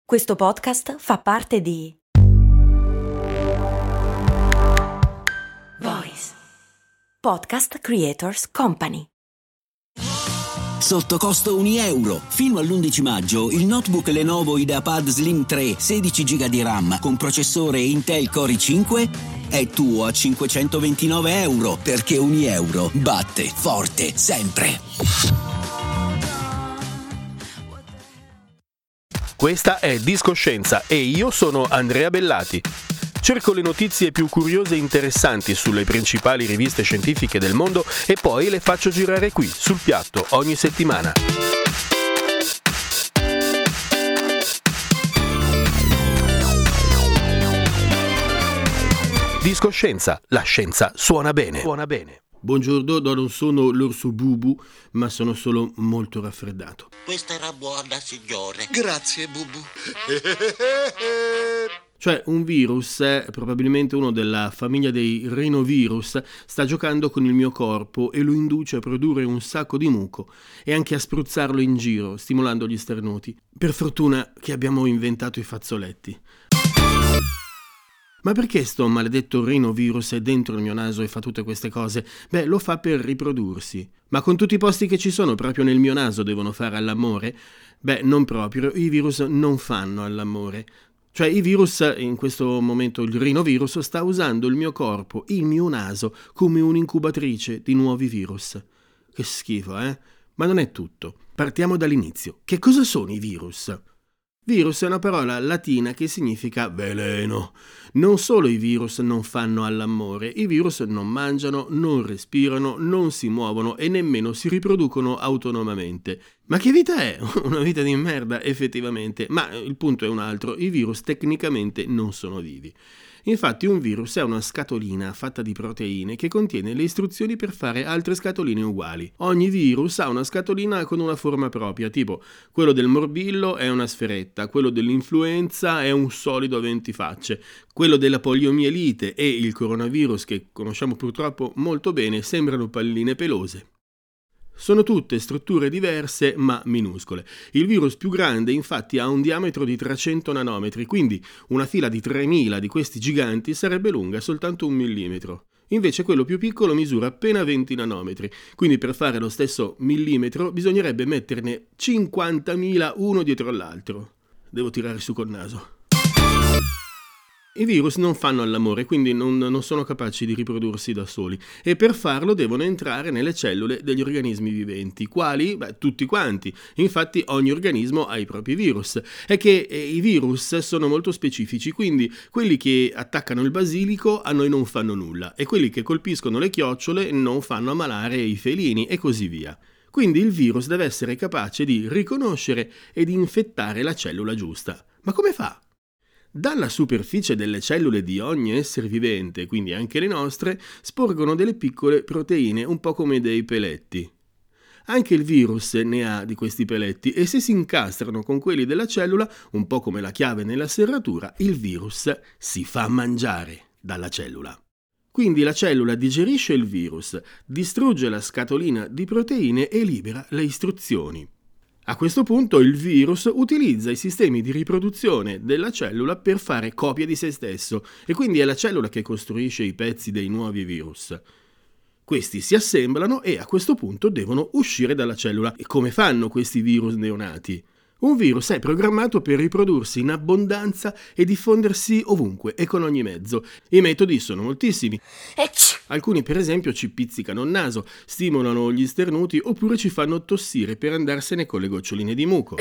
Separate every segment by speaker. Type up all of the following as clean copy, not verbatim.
Speaker 1: Questo podcast fa parte di Voice Podcast Creators Company.
Speaker 2: Sotto costo €1. Fino all'11 maggio il notebook Lenovo IdeaPad Slim 3 16 GB di RAM con processore Intel Core i5 è tuo a €529, perché €1 batte forte sempre.
Speaker 3: Questa è Discoscienza e io sono Andrea Bellati. Cerco le notizie più curiose e interessanti sulle principali riviste scientifiche del mondo e poi le faccio girare qui, sul piatto, ogni settimana. Discoscienza, la scienza suona bene.
Speaker 4: Buongiorno, no, non sono l'orso Bubu, ma sono solo molto raffreddato.
Speaker 5: Questa era buona, signore.
Speaker 6: Grazie, Bubu.
Speaker 4: Cioè, un virus, probabilmente uno della famiglia dei rinovirus, sta giocando con il mio corpo e lo induce a produrre un sacco di muco e anche a spruzzarlo in giro, stimolando gli sternuti. Per fortuna che abbiamo inventato i fazzoletti. Ma perché sto maledetto rinovirus è dentro il mio naso e fa tutte queste cose? Beh, lo fa per riprodursi. Ma con tutti i posti che ci sono proprio nel mio naso devono fare all'amore? Beh, non proprio, i virus non fanno all'amore. Cioè i virus, in questo momento il rinovirus, sta usando il mio corpo, il mio naso, come un'incubatrice di nuovi virus. Che schifo, eh? Ma non è tutto. Partiamo dall'inizio. Che cosa sono i virus? Virus è una parola latina che significa veleno. Non solo i virus non fanno all'amore, i virus non mangiano, non respirano, non si muovono e nemmeno si riproducono autonomamente. Ma che vita è? Una vita di merda, effettivamente. Ma il punto è un altro, i virus tecnicamente non sono vivi. Infatti un virus è una scatolina fatta di proteine che contiene le istruzioni per fare altre scatoline uguali. Ogni virus ha una scatolina con una forma propria, tipo quello del morbillo è una sferetta, quello dell'influenza è un solido a 20 facce, quello della poliomielite e il coronavirus, che conosciamo purtroppo molto bene, sembrano palline pelose. Sono tutte strutture diverse ma minuscole. Il virus più grande infatti ha un diametro di 300 nanometri, quindi una fila di 3000 di questi giganti sarebbe lunga soltanto 1 millimetro. Invece quello più piccolo misura appena 20 nanometri, quindi per fare lo stesso millimetro bisognerebbe metterne 50.000 uno dietro l'altro. Devo tirare su col naso. I virus non fanno all'amore, quindi non sono capaci di riprodursi da soli e per farlo devono entrare nelle cellule degli organismi viventi. Quali? Beh, tutti quanti. Infatti ogni organismo ha i propri virus. È che i virus sono molto specifici, quindi quelli che attaccano il basilico a noi non fanno nulla e quelli che colpiscono le chiocciole non fanno ammalare i felini e così via. Quindi il virus deve essere capace di riconoscere e di infettare la cellula giusta. Ma come fa? Dalla superficie delle cellule di ogni essere vivente, quindi anche le nostre, sporgono delle piccole proteine, un po' come dei peletti. Anche il virus ne ha di questi peletti e se si incastrano con quelli della cellula, un po' come la chiave nella serratura, il virus si fa mangiare dalla cellula. Quindi la cellula digerisce il virus, distrugge la scatolina di proteine e libera le istruzioni. A questo punto il virus utilizza i sistemi di riproduzione della cellula per fare copie di se stesso e quindi è la cellula che costruisce i pezzi dei nuovi virus. Questi si assemblano e a questo punto devono uscire dalla cellula. E come fanno questi virus neonati? Un virus è programmato per riprodursi in abbondanza e diffondersi ovunque e con ogni mezzo. I metodi sono moltissimi. Alcuni per esempio ci pizzicano il naso, stimolano gli sternuti oppure ci fanno tossire per andarsene con le goccioline di muco.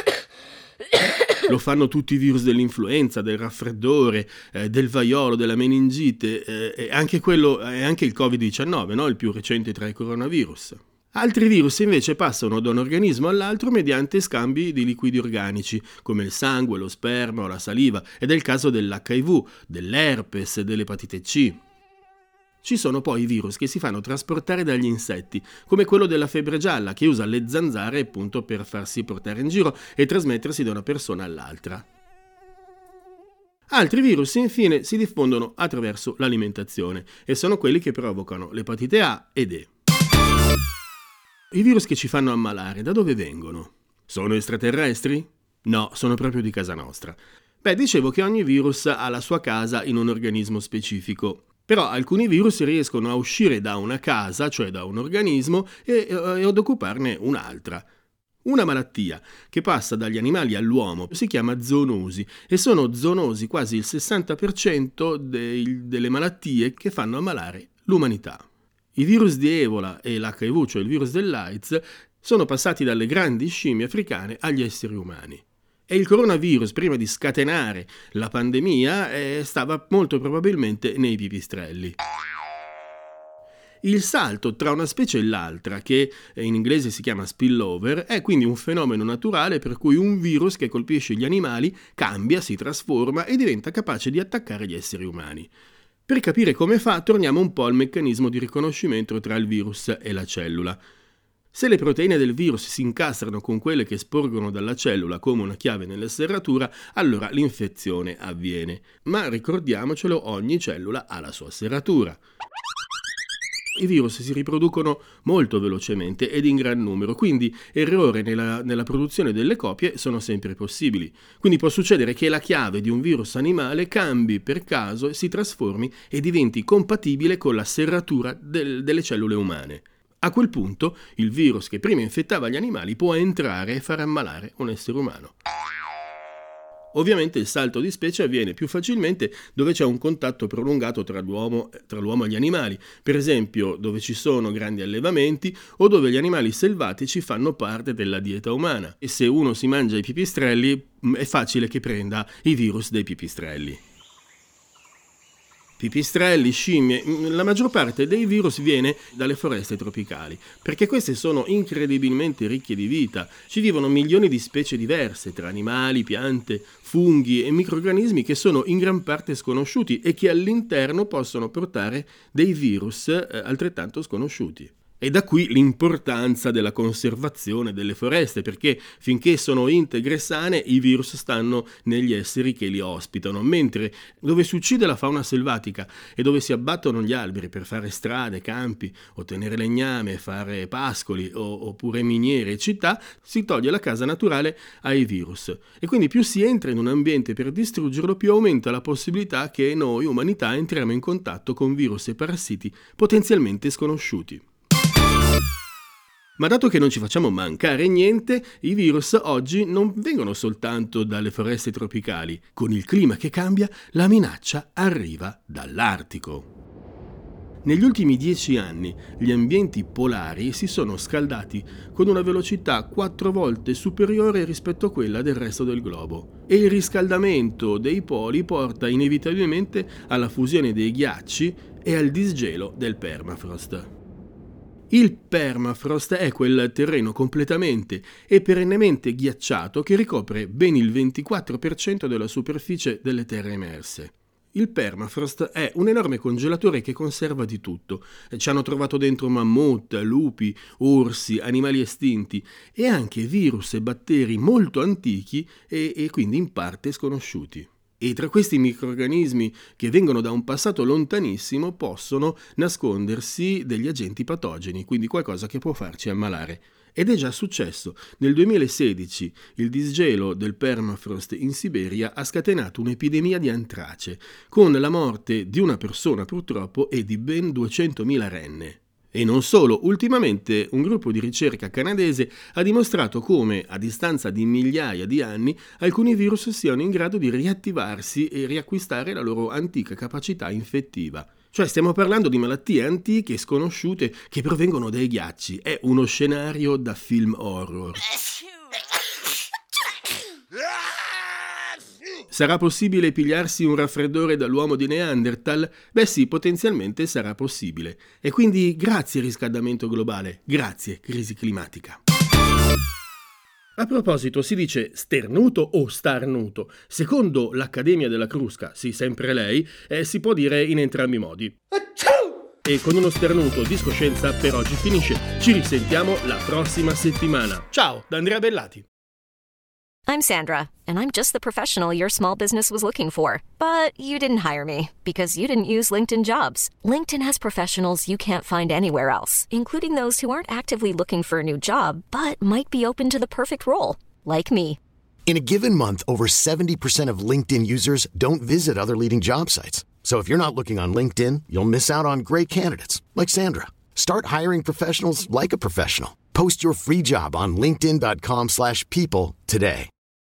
Speaker 4: Lo fanno tutti i virus dell'influenza, del raffreddore, del vaiolo, della meningite e anche il Covid-19, no? Il più recente tra i coronavirus. Altri virus invece passano da un organismo all'altro mediante scambi di liquidi organici, come il sangue, lo sperma o la saliva, ed è il caso dell'HIV, dell'herpes e dell'epatite C. Ci sono poi i virus che si fanno trasportare dagli insetti, come quello della febbre gialla, che usa le zanzare appunto per farsi portare in giro e trasmettersi da una persona all'altra. Altri virus infine si diffondono attraverso l'alimentazione e sono quelli che provocano l'epatite A ed E. I virus che ci fanno ammalare, da dove vengono? Sono extraterrestri? No, sono proprio di casa nostra. Dicevo che ogni virus ha la sua casa in un organismo specifico. Però alcuni virus riescono a uscire da una casa, cioè da un organismo, e ad occuparne un'altra. Una malattia che passa dagli animali all'uomo si chiama zoonosi e sono zoonosi quasi il 60% delle malattie che fanno ammalare l'umanità. I virus di Ebola e l'HIV, cioè il virus dell'AIDS, sono passati dalle grandi scimmie africane agli esseri umani. E il coronavirus, prima di scatenare la pandemia, stava molto probabilmente nei pipistrelli. Il salto tra una specie e l'altra, che in inglese si chiama spillover, è quindi un fenomeno naturale per cui un virus che colpisce gli animali cambia, si trasforma e diventa capace di attaccare gli esseri umani. Per capire come fa, torniamo un po' al meccanismo di riconoscimento tra il virus e la cellula. Se le proteine del virus si incastrano con quelle che sporgono dalla cellula come una chiave nella serratura, allora l'infezione avviene. Ma ricordiamocelo, ogni cellula ha la sua serratura. I virus si riproducono molto velocemente ed in gran numero, quindi errori nella produzione delle copie sono sempre possibili. Quindi può succedere che la chiave di un virus animale cambi per caso e si trasformi e diventi compatibile con la serratura delle cellule umane. A quel punto il virus che prima infettava gli animali può entrare e far ammalare un essere umano. Ovviamente il salto di specie avviene più facilmente dove c'è un contatto prolungato tra l'uomo e gli animali, per esempio dove ci sono grandi allevamenti o dove gli animali selvatici fanno parte della dieta umana. E se uno si mangia i pipistrelli è facile che prenda i virus dei pipistrelli. Pipistrelli, scimmie, la maggior parte dei virus viene dalle foreste tropicali, perché queste sono incredibilmente ricche di vita. Ci vivono milioni di specie diverse, tra animali, piante, funghi e microrganismi che sono in gran parte sconosciuti e che all'interno possono portare dei virus altrettanto sconosciuti. E da qui l'importanza della conservazione delle foreste, perché finché sono integre e sane i virus stanno negli esseri che li ospitano, mentre dove si uccide la fauna selvatica e dove si abbattono gli alberi per fare strade, campi, ottenere legname, fare pascoli oppure miniere e città, si toglie la casa naturale ai virus. E quindi più si entra in un ambiente per distruggerlo, più aumenta la possibilità che noi, umanità, entriamo in contatto con virus e parassiti potenzialmente sconosciuti. Ma dato che non ci facciamo mancare niente, i virus oggi non vengono soltanto dalle foreste tropicali. Con il clima che cambia, la minaccia arriva dall'Artico. Negli ultimi 10 anni gli ambienti polari si sono scaldati con una velocità 4 volte superiore rispetto a quella del resto del globo. E il riscaldamento dei poli porta inevitabilmente alla fusione dei ghiacci e al disgelo del permafrost. Il permafrost è quel terreno completamente e perennemente ghiacciato che ricopre ben il 24% della superficie delle terre emerse. Il permafrost è un enorme congelatore che conserva di tutto. Ci hanno trovato dentro mammut, lupi, orsi, animali estinti e anche virus e batteri molto antichi e quindi in parte sconosciuti. E tra questi microrganismi che vengono da un passato lontanissimo possono nascondersi degli agenti patogeni, quindi qualcosa che può farci ammalare. Ed è già successo. Nel 2016 il disgelo del permafrost in Siberia ha scatenato un'epidemia di antrace, con la morte di una persona purtroppo e di ben 200.000 renne. E non solo, ultimamente un gruppo di ricerca canadese ha dimostrato come, a distanza di migliaia di anni, alcuni virus siano in grado di riattivarsi e riacquistare la loro antica capacità infettiva. Cioè stiamo parlando di malattie antiche e sconosciute che provengono dai ghiacci. È uno scenario da film horror. Sarà possibile pigliarsi un raffreddore dall'uomo di Neanderthal? Beh sì, potenzialmente sarà possibile. E quindi grazie riscaldamento globale, grazie crisi climatica. A proposito, si dice sternuto o starnuto? Secondo l'Accademia della Crusca, sì, sempre lei, si può dire in entrambi i modi. E con uno sternuto discoscienza per oggi finisce. Ci risentiamo la prossima settimana. Ciao, da Andrea Bellati.
Speaker 6: I'm Sandra, and I'm just the professional your small business was looking for. But you didn't hire me because you didn't use LinkedIn Jobs. LinkedIn has professionals you can't find anywhere else, including those who aren't actively looking for a new job, but might be open to the perfect role, like me.
Speaker 7: In a given month, over 70% of LinkedIn users don't visit other leading job sites. So if you're not looking on LinkedIn, you'll miss out on great candidates like Sandra. Start hiring professionals like a professional. Post your free job on linkedin.com/people today.